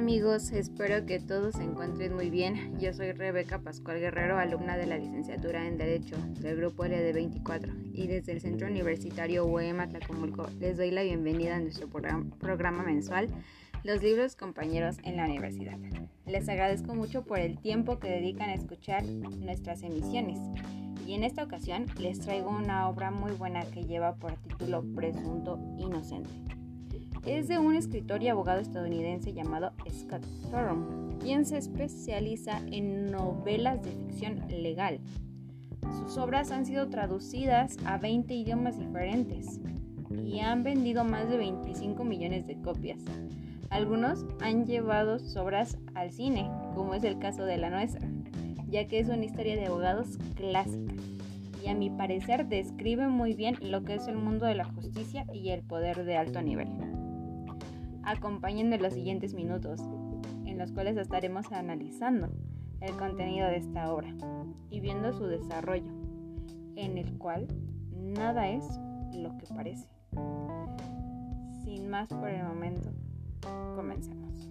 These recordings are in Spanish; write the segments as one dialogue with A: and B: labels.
A: amigos, espero que todos se encuentren muy bien. Yo soy Rebeca Pascual Guerrero, alumna de la licenciatura en Derecho del grupo LD24 y desde el Centro Universitario UEM Atlacomulco les doy la bienvenida a nuestro programa mensual Los Libros Compañeros en la Universidad. Les agradezco mucho por el tiempo que dedican a escuchar nuestras emisiones y en esta ocasión les traigo una obra muy buena que lleva por título Presunto Inocente. Es de un escritor y abogado estadounidense llamado Scott Turow, quien se especializa en novelas de ficción legal. Sus obras han sido traducidas a 20 idiomas diferentes y han vendido más de 25 millones de copias. Algunos han llevado sus obras al cine, como es el caso de la nuestra, ya que es una historia de abogados clásica y a mi parecer describe muy bien lo que es el mundo de la justicia y el poder de alto nivel. Acompáñenme los siguientes minutos, en los cuales estaremos analizando el contenido de esta obra y viendo su desarrollo, en el cual nada es lo que parece. Sin más por el momento, comencemos.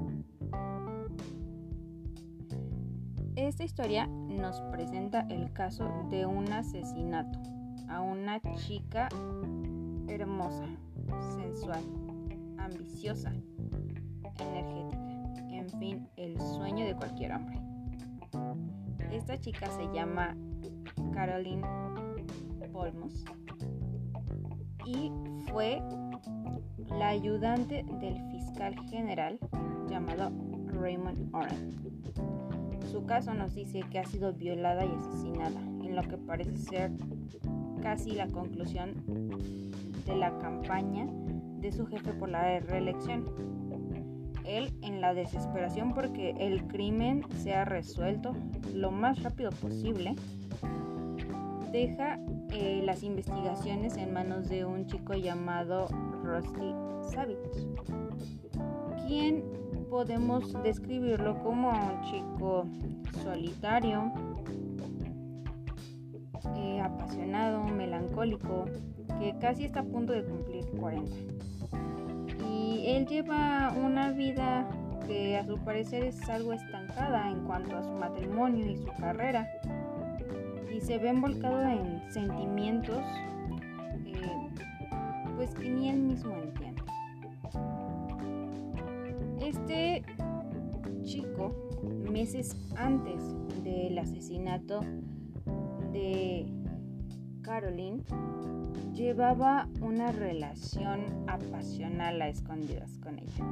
A: Esta historia nos presenta el caso de un asesinato a una chica hermosa, sensual, ambiciosa, energética, en fin, el sueño de cualquier hombre. Esta chica se llama Caroline Polmus y fue la ayudante del fiscal general llamado Raymond Oren. Su caso nos dice que ha sido violada y asesinada, en lo que parece ser casi la conclusión de la campaña de su jefe por la reelección. Él, en la desesperación porque el crimen sea resuelto lo más rápido posible, deja las investigaciones en manos de un chico llamado Rusty Savage, quien podemos describirlo como un chico solitario, apasionado, melancólico, que casi está a punto de cumplir 40. Y él lleva una vida que a su parecer es algo estancada en cuanto a su matrimonio y su carrera, y se ve envolcado en sentimientos pues que ni él mismo entiende. Este chico, meses antes del asesinato de Caroline, llevaba una relación apasional a escondidas con ella.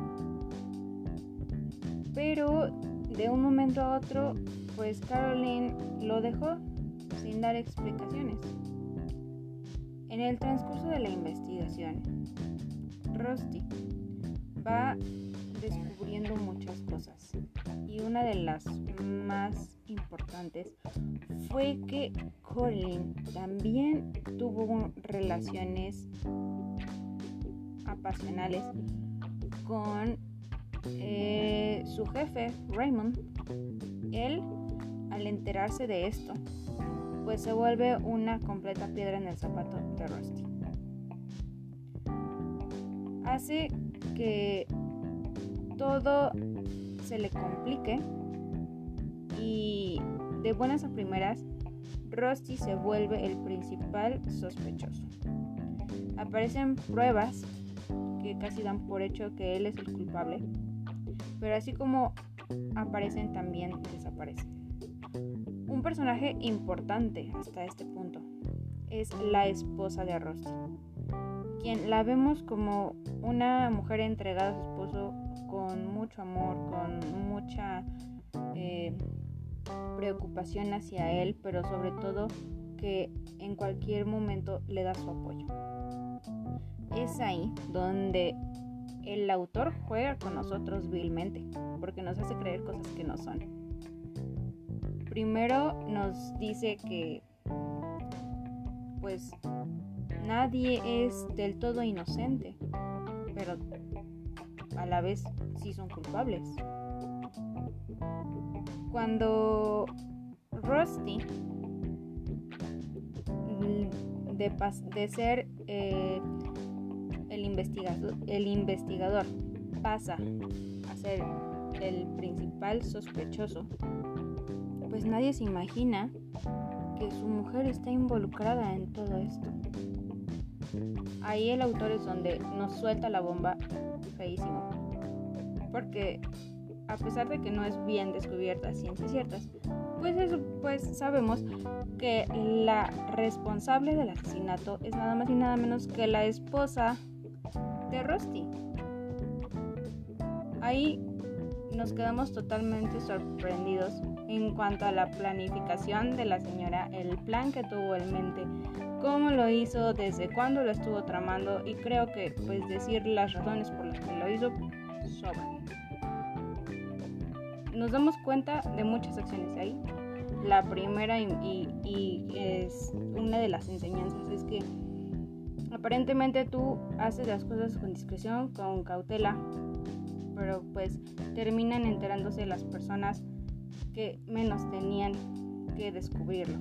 A: Pero de un momento a otro, pues Caroline lo dejó sin dar explicaciones. En el transcurso de la investigación, Rusty va descubriendo muchas cosas y una de las más importantes fue que Caroline también tuvo relaciones apasionales con su jefe Raymond. Él, al enterarse de esto, pues se vuelve una completa piedra en el zapato de Rusty. Hace que todo se le complique y de buenas a primeras Rusty se vuelve el principal sospechoso. Aparecen pruebas que casi dan por hecho que él es el culpable, pero así como aparecen también desaparecen. Un personaje importante hasta este punto es la esposa de Rusty, quien la vemos como una mujer entregada a su esposo con mucho amor, con mucha preocupación hacia él, pero sobre todo que en cualquier momento le da su apoyo. Es ahí donde el autor juega con nosotros vilmente, porque nos hace creer cosas que no son. Primero nos dice que pues nadie es del todo inocente, pero a la vez sí son culpables. Cuando Rusty, de ser el investigador, pasa a ser el principal sospechoso, pues nadie se imagina que su mujer está involucrada en todo esto. Ahí el autor es donde nos suelta la bomba feísimo, porque a pesar de que no es bien descubierta a ciencias ciertas, pues sabemos que la responsable del asesinato es nada más y nada menos que la esposa de Rusty. Ahí nos quedamos totalmente sorprendidos en cuanto a la planificación de la señora, el plan que tuvo en mente, cómo lo hizo, desde cuándo lo estuvo tramando, y creo que pues decir las razones por las que lo hizo sobran. Nos damos cuenta de muchas acciones ahí. La primera y es una de las enseñanzas es que aparentemente tú haces las cosas con discreción, con cautela, pero pues terminan enterándose las personas que menos tenían que descubrirlo.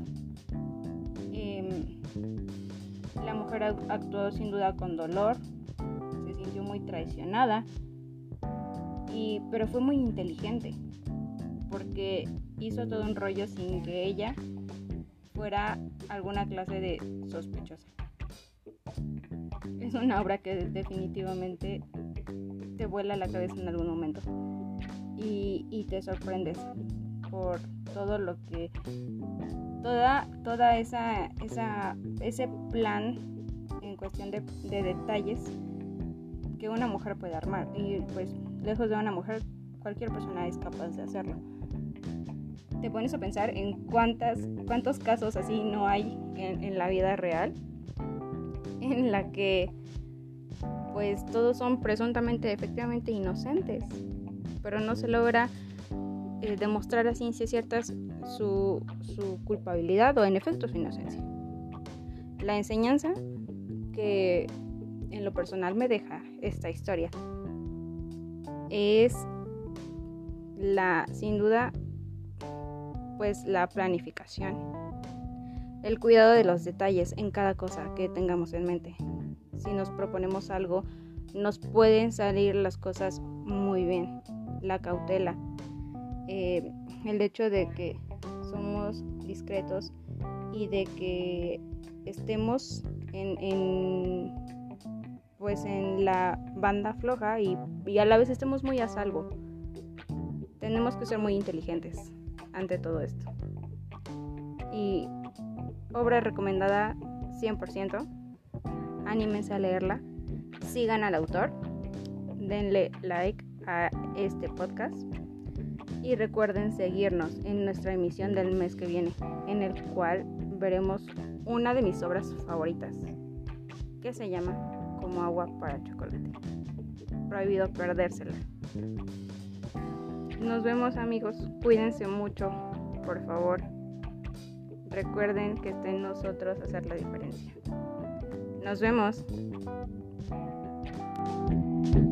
A: La mujer actuó sin duda con dolor, se sintió muy traicionada, pero fue muy inteligente porque hizo todo un rollo sin que ella fuera alguna clase de sospechosa. Es una obra que definitivamente te vuela la cabeza en algún momento y te sorprendes por todo lo que toda ese plan en cuestión de detalles que una mujer puede armar, y pues lejos de una mujer cualquier persona es capaz de hacerlo. Te pones a pensar en cuántos casos así no hay en la vida real, en la que pues todos son presuntamente efectivamente inocentes, pero no se logra demostrar a ciencia cierta su culpabilidad o en efecto su inocencia. La enseñanza que en lo personal me deja esta historia es sin duda pues la planificación, el cuidado de los detalles en cada cosa que tengamos en mente. Si nos proponemos algo, nos pueden salir las cosas muy bien. La cautela, el hecho de que somos discretos y de que estemos en la banda floja y a la vez estemos muy a salvo. Tenemos que ser muy inteligentes ante todo esto. Y obra recomendada 100%. Anímense a leerla, sigan al autor, denle like a este podcast y recuerden seguirnos en nuestra emisión del mes que viene, en el cual veremos una de mis obras favoritas, que se llama Como agua para chocolate. Prohibido perdérsela. Nos vemos, amigos, cuídense mucho, por favor. Recuerden que está en nosotros hacer la diferencia. Nos vemos.